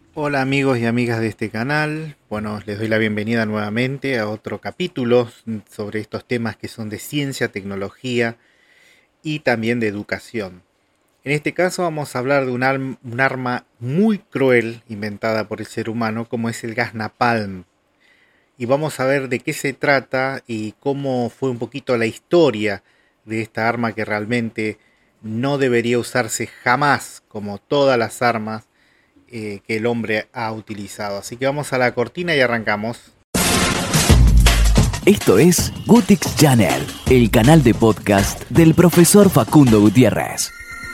Hola amigos y amigas de este canal, bueno, les doy la bienvenida nuevamente a otro capítulo sobre estos temas que son de ciencia, tecnología y también de educación. En este caso vamos a hablar de un arma muy cruel inventada por el ser humano como es el gas napalm. Y vamos a ver de qué se trata y cómo fue un poquito la historia de esta arma que realmente no debería usarse jamás como todas las armas que el hombre ha utilizado. Así que vamos a la cortina y arrancamos. Esto es Gutix Channel, el canal de podcast del profesor Facundo Gutiérrez.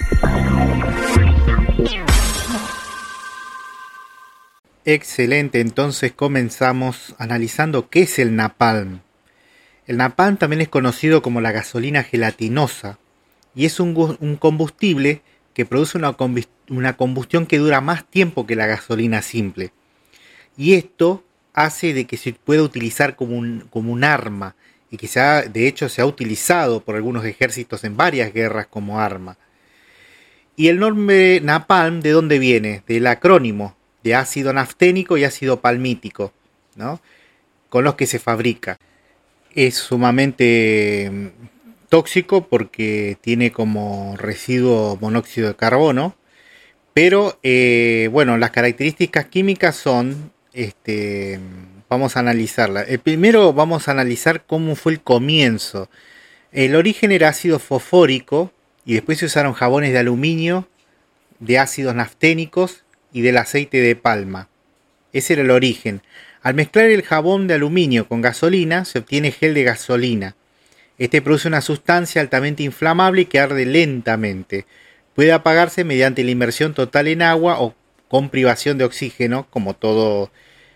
Excelente, entonces comenzamos analizando qué es el napalm. El napalm también es conocido como la gasolina gelatinosa y es un combustible que produce una combustión que dura más tiempo que la gasolina simple. Y esto hace de que se pueda utilizar como un arma y que de hecho se ha utilizado por algunos ejércitos en varias guerras como arma. ¿Y el nombre napalm de dónde viene? Del acrónimo de ácido nafténico y ácido palmítico, ¿no? Con los que se fabrica. Es sumamente tóxico porque tiene como residuo monóxido de carbono, pero bueno, las características químicas son, vamos a analizarlas. Primero vamos a analizar cómo fue el comienzo. El origen era ácido fosfórico y después se usaron jabones de aluminio, de ácidos nafténicos y del aceite de palma. Ese era el origen. Al mezclar el jabón de aluminio con gasolina se obtiene gel de gasolina. Este produce una sustancia altamente inflamable que arde lentamente. Puede apagarse mediante la inmersión total en agua o con privación de oxígeno, como todo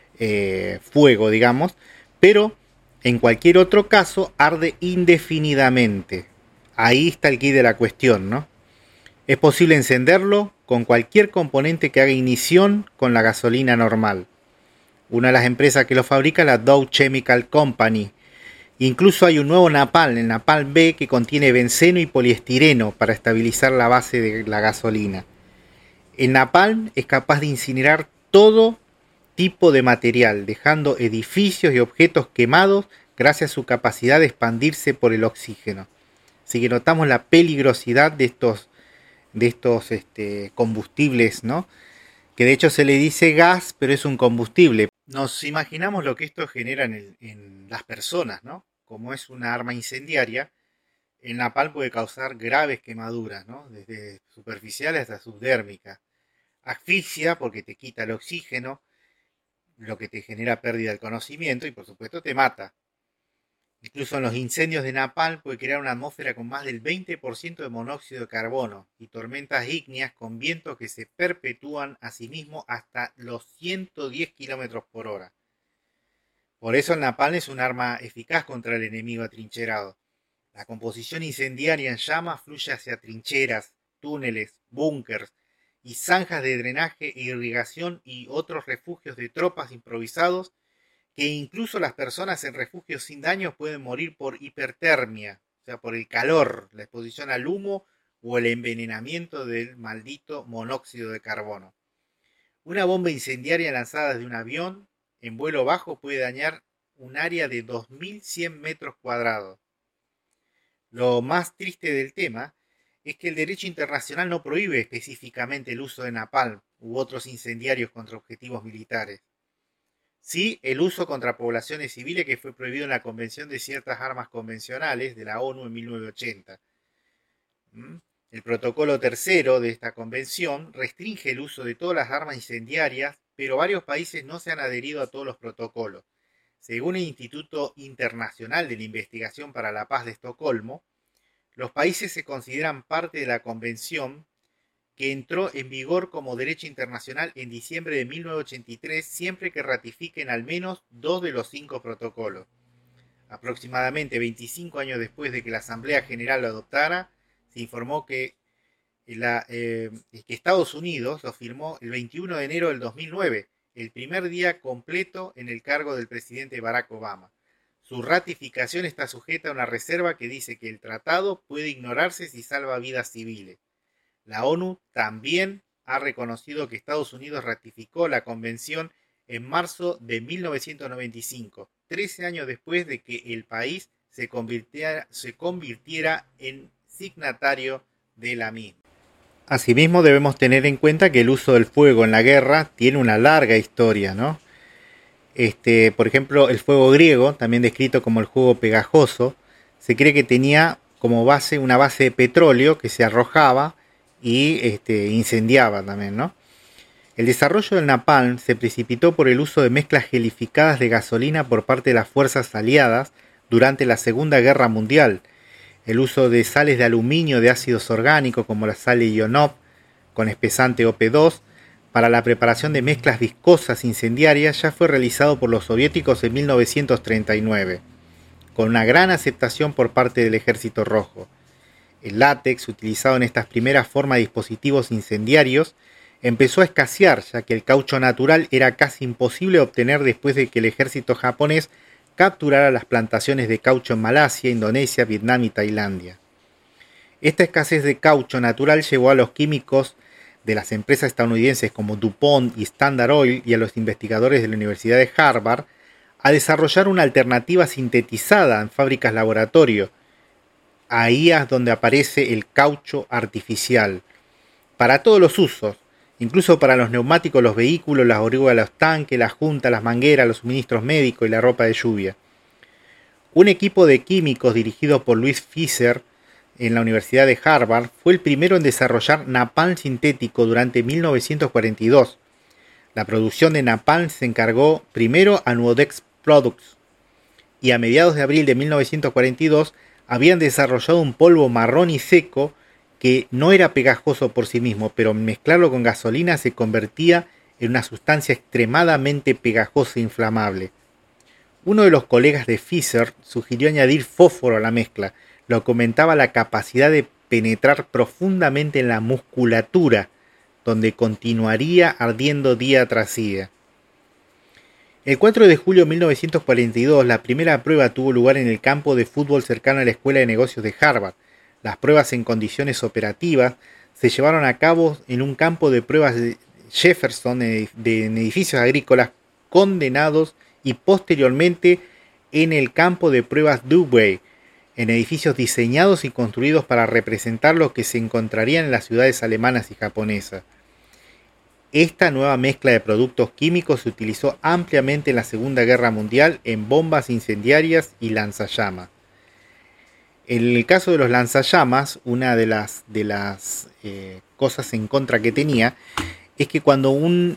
fuego, digamos, pero en cualquier otro caso arde indefinidamente. Ahí está el quid de la cuestión, ¿no? Es posible encenderlo con cualquier componente que haga ignición con la gasolina normal. Una de las empresas que lo fabrica es la Dow Chemical Company. Incluso hay un nuevo napalm, el napalm B, que contiene benceno y poliestireno para estabilizar la base de la gasolina. El napalm es capaz de incinerar todo tipo de material, dejando edificios y objetos quemados gracias a su capacidad de expandirse por el oxígeno. Así que notamos la peligrosidad de estos combustibles, ¿no? Que de hecho se le dice gas, pero es un combustible. Nos imaginamos lo que esto genera en las personas, ¿no? Como es una arma incendiaria, el napalm puede causar graves quemaduras, ¿no? Desde superficiales hasta subdérmicas. Asfixia porque te quita el oxígeno, lo que te genera pérdida del conocimiento y por supuesto te mata. Incluso en los incendios de napalm puede crear una atmósfera con más del 20% de monóxido de carbono y tormentas ígneas con vientos que se perpetúan a sí mismos hasta los 110 kilómetros por hora. Por eso el napalm es un arma eficaz contra el enemigo atrincherado. La composición incendiaria en llamas fluye hacia trincheras, túneles, búnkers y zanjas de drenaje e irrigación y otros refugios de tropas improvisados que incluso las personas en refugios sin daño pueden morir por hipertermia, o sea, por el calor, la exposición al humo o el envenenamiento del maldito monóxido de carbono. Una bomba incendiaria lanzada desde un avión en vuelo bajo puede dañar un área de 2100 metros cuadrados. Lo más triste del tema es que el derecho internacional no prohíbe específicamente el uso de napalm u otros incendiarios contra objetivos militares. Sí, el uso contra poblaciones civiles que fue prohibido en la Convención de ciertas armas convencionales de la ONU en 1980. El protocolo tercero de esta convención restringe el uso de todas las armas incendiarias, pero varios países no se han adherido a todos los protocolos. Según el Instituto Internacional de la Investigación para la Paz de Estocolmo, los países se consideran parte de la convención que entró en vigor como derecho internacional en diciembre de 1983 siempre que ratifiquen al menos dos de los cinco protocolos. Aproximadamente 25 años después de que la Asamblea General lo adoptara, se informó que Estados Unidos lo firmó el 21 de enero del 2009, el primer día completo en el cargo del presidente Barack Obama. Su ratificación está sujeta a una reserva que dice que el tratado puede ignorarse si salva vidas civiles. La ONU también ha reconocido que Estados Unidos ratificó la convención en marzo de 1995, 13 años después de que el país se convirtiera en signatario de la misma. Asimismo, debemos tener en cuenta que el uso del fuego en la guerra tiene una larga historia, ¿no? Por ejemplo, el fuego griego, también descrito como el fuego pegajoso, se cree que tenía como base una base de petróleo que se arrojaba y incendiaba también, ¿no? El desarrollo del napalm se precipitó por el uso de mezclas gelificadas de gasolina por parte de las fuerzas aliadas durante la Segunda Guerra Mundial. El uso de sales de aluminio de ácidos orgánicos como la sal de Ionov con espesante OP2 para la preparación de mezclas viscosas incendiarias ya fue realizado por los soviéticos en 1939, con una gran aceptación por parte del Ejército Rojo. El látex, utilizado en estas primeras formas de dispositivos incendiarios, empezó a escasear, ya que el caucho natural era casi imposible de obtener después de que el ejército japonés capturara las plantaciones de caucho en Malasia, Indonesia, Vietnam y Tailandia. Esta escasez de caucho natural llevó a los químicos de las empresas estadounidenses como DuPont y Standard Oil y a los investigadores de la Universidad de Harvard a desarrollar una alternativa sintetizada en fábricas laboratorio. Ahí es donde aparece el caucho artificial, para todos los usos, incluso para los neumáticos, los vehículos, las orugas de los tanques, las juntas, las mangueras, los suministros médicos y la ropa de lluvia. Un equipo de químicos dirigido por Louis Fisher en la Universidad de Harvard fue el primero en desarrollar napalm sintético durante 1942. La producción de napalm se encargó primero a Nuodex Products y a mediados de abril de 1942 habían desarrollado un polvo marrón y seco que no era pegajoso por sí mismo, pero al mezclarlo con gasolina se convertía en una sustancia extremadamente pegajosa e inflamable. Uno de los colegas de Fisher sugirió añadir fósforo a la mezcla, lo que aumentaba la capacidad de penetrar profundamente en la musculatura, donde continuaría ardiendo día tras día. El 4 de julio de 1942, la primera prueba tuvo lugar en el campo de fútbol cercano a la Escuela de Negocios de Harvard. Las pruebas en condiciones operativas se llevaron a cabo en un campo de pruebas de Jefferson en edificios agrícolas condenados y posteriormente en el campo de pruebas Dubé, en edificios diseñados y construidos para representar lo que se encontrarían en las ciudades alemanas y japonesas. Esta nueva mezcla de productos químicos se utilizó ampliamente en la Segunda Guerra Mundial en bombas incendiarias y lanzallamas. En el caso de los lanzallamas, una de las cosas en contra que tenía es que cuando un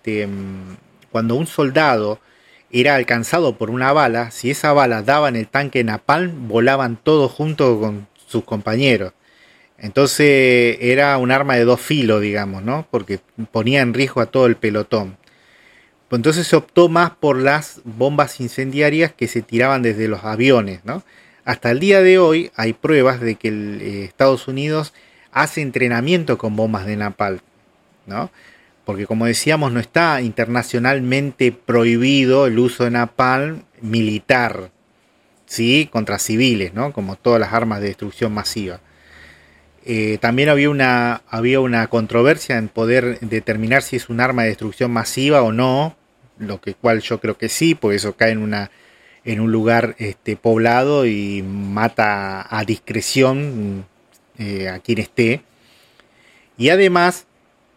soldado era alcanzado por una bala, si esa bala daba en el tanque de napalm, volaban todos juntos con sus compañeros. Entonces era un arma de dos filos, digamos, ¿no? Porque ponía en riesgo a todo el pelotón. Entonces se optó más por las bombas incendiarias que se tiraban desde los aviones, ¿no? Hasta el día de hoy hay pruebas de que Estados Unidos hace entrenamiento con bombas de napalm, ¿no? Porque como decíamos, no está internacionalmente prohibido el uso de napalm militar, ¿sí? Contra civiles, ¿no? Como todas las armas de destrucción masiva. También había una controversia en poder determinar si es un arma de destrucción masiva o no, cual yo creo que sí, porque eso cae en un lugar poblado y mata a discreción a quien esté. Y además,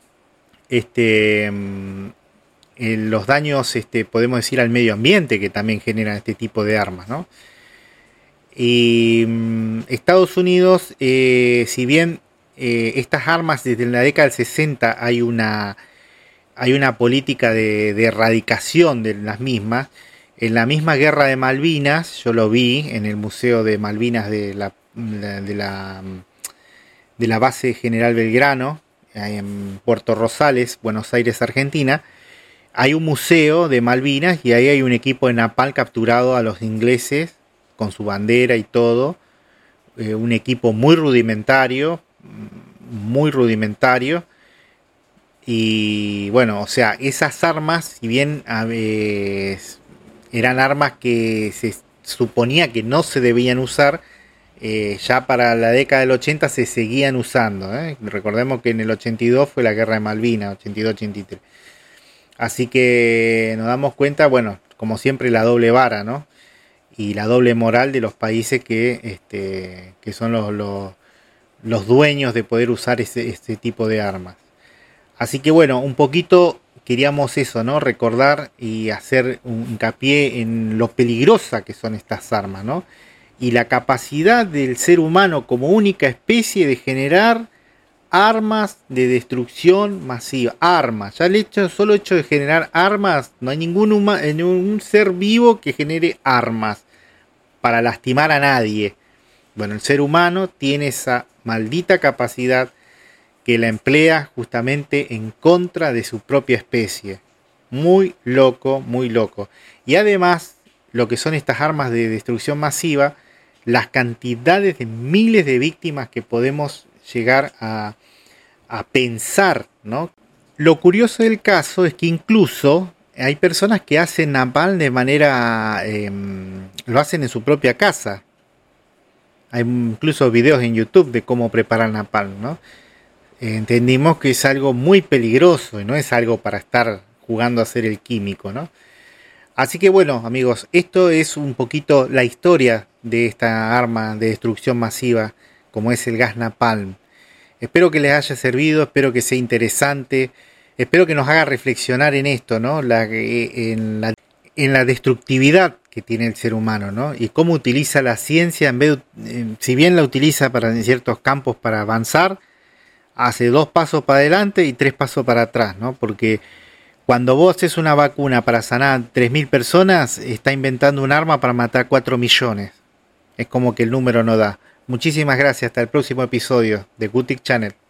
los daños, podemos decir, al medio ambiente que también generan este tipo de armas, ¿no? Y Estados Unidos, si bien estas armas desde la década del 60 hay una política de erradicación de las mismas, en la misma guerra de Malvinas, yo lo vi en el Museo de Malvinas de la base General Belgrano, en Puerto Rosales, Buenos Aires, Argentina, hay un museo de Malvinas y ahí hay un equipo de napalm capturado a los ingleses con su bandera y todo, un equipo muy rudimentario, y bueno, o sea, esas armas, si bien eran armas que se suponía que no se debían usar, Ya para la década del 80 se seguían usando. Recordemos que en el 82 fue la guerra de Malvinas, 82-83. Así que nos damos cuenta, bueno, como siempre la doble vara, ¿no? Y la doble moral de los países que son los dueños de poder usar este tipo de armas. Así que bueno, un poquito queríamos eso, ¿no? Recordar y hacer un hincapié en lo peligrosa que son estas armas, ¿no? Y la capacidad del ser humano como única especie de generar armas de destrucción masiva. Armas. Ya solo hecho de generar armas, no hay ningún ser vivo que genere armas para lastimar a nadie. Bueno, el ser humano tiene esa maldita capacidad que la emplea justamente en contra de su propia especie. Muy loco, muy loco. Y además, lo que son estas armas de destrucción masiva, las cantidades de miles de víctimas que podemos llegar a pensar, ¿no? Lo curioso del caso es que incluso hay personas que hacen napalm de manera... lo hacen en su propia casa. Hay incluso videos en YouTube de cómo preparar napalm, ¿no? Entendimos que es algo muy peligroso y no es algo para estar jugando a ser el químico, ¿no? Así que bueno, amigos, esto es un poquito la historia de esta arma de destrucción masiva como es el gas napalm. Espero que les haya servido, espero que sea interesante, espero que nos haga reflexionar en esto, ¿no? En la destructividad que tiene el ser humano, ¿no? Y cómo utiliza la ciencia, si bien la utiliza en ciertos campos para avanzar, hace 2 pasos para adelante y 3 pasos para atrás, ¿no? Porque cuando vos haces una vacuna para sanar 3.000 personas, está inventando un arma para matar 4 millones. Es como que el número no da. Muchísimas gracias, hasta el próximo episodio de Gutic Channel.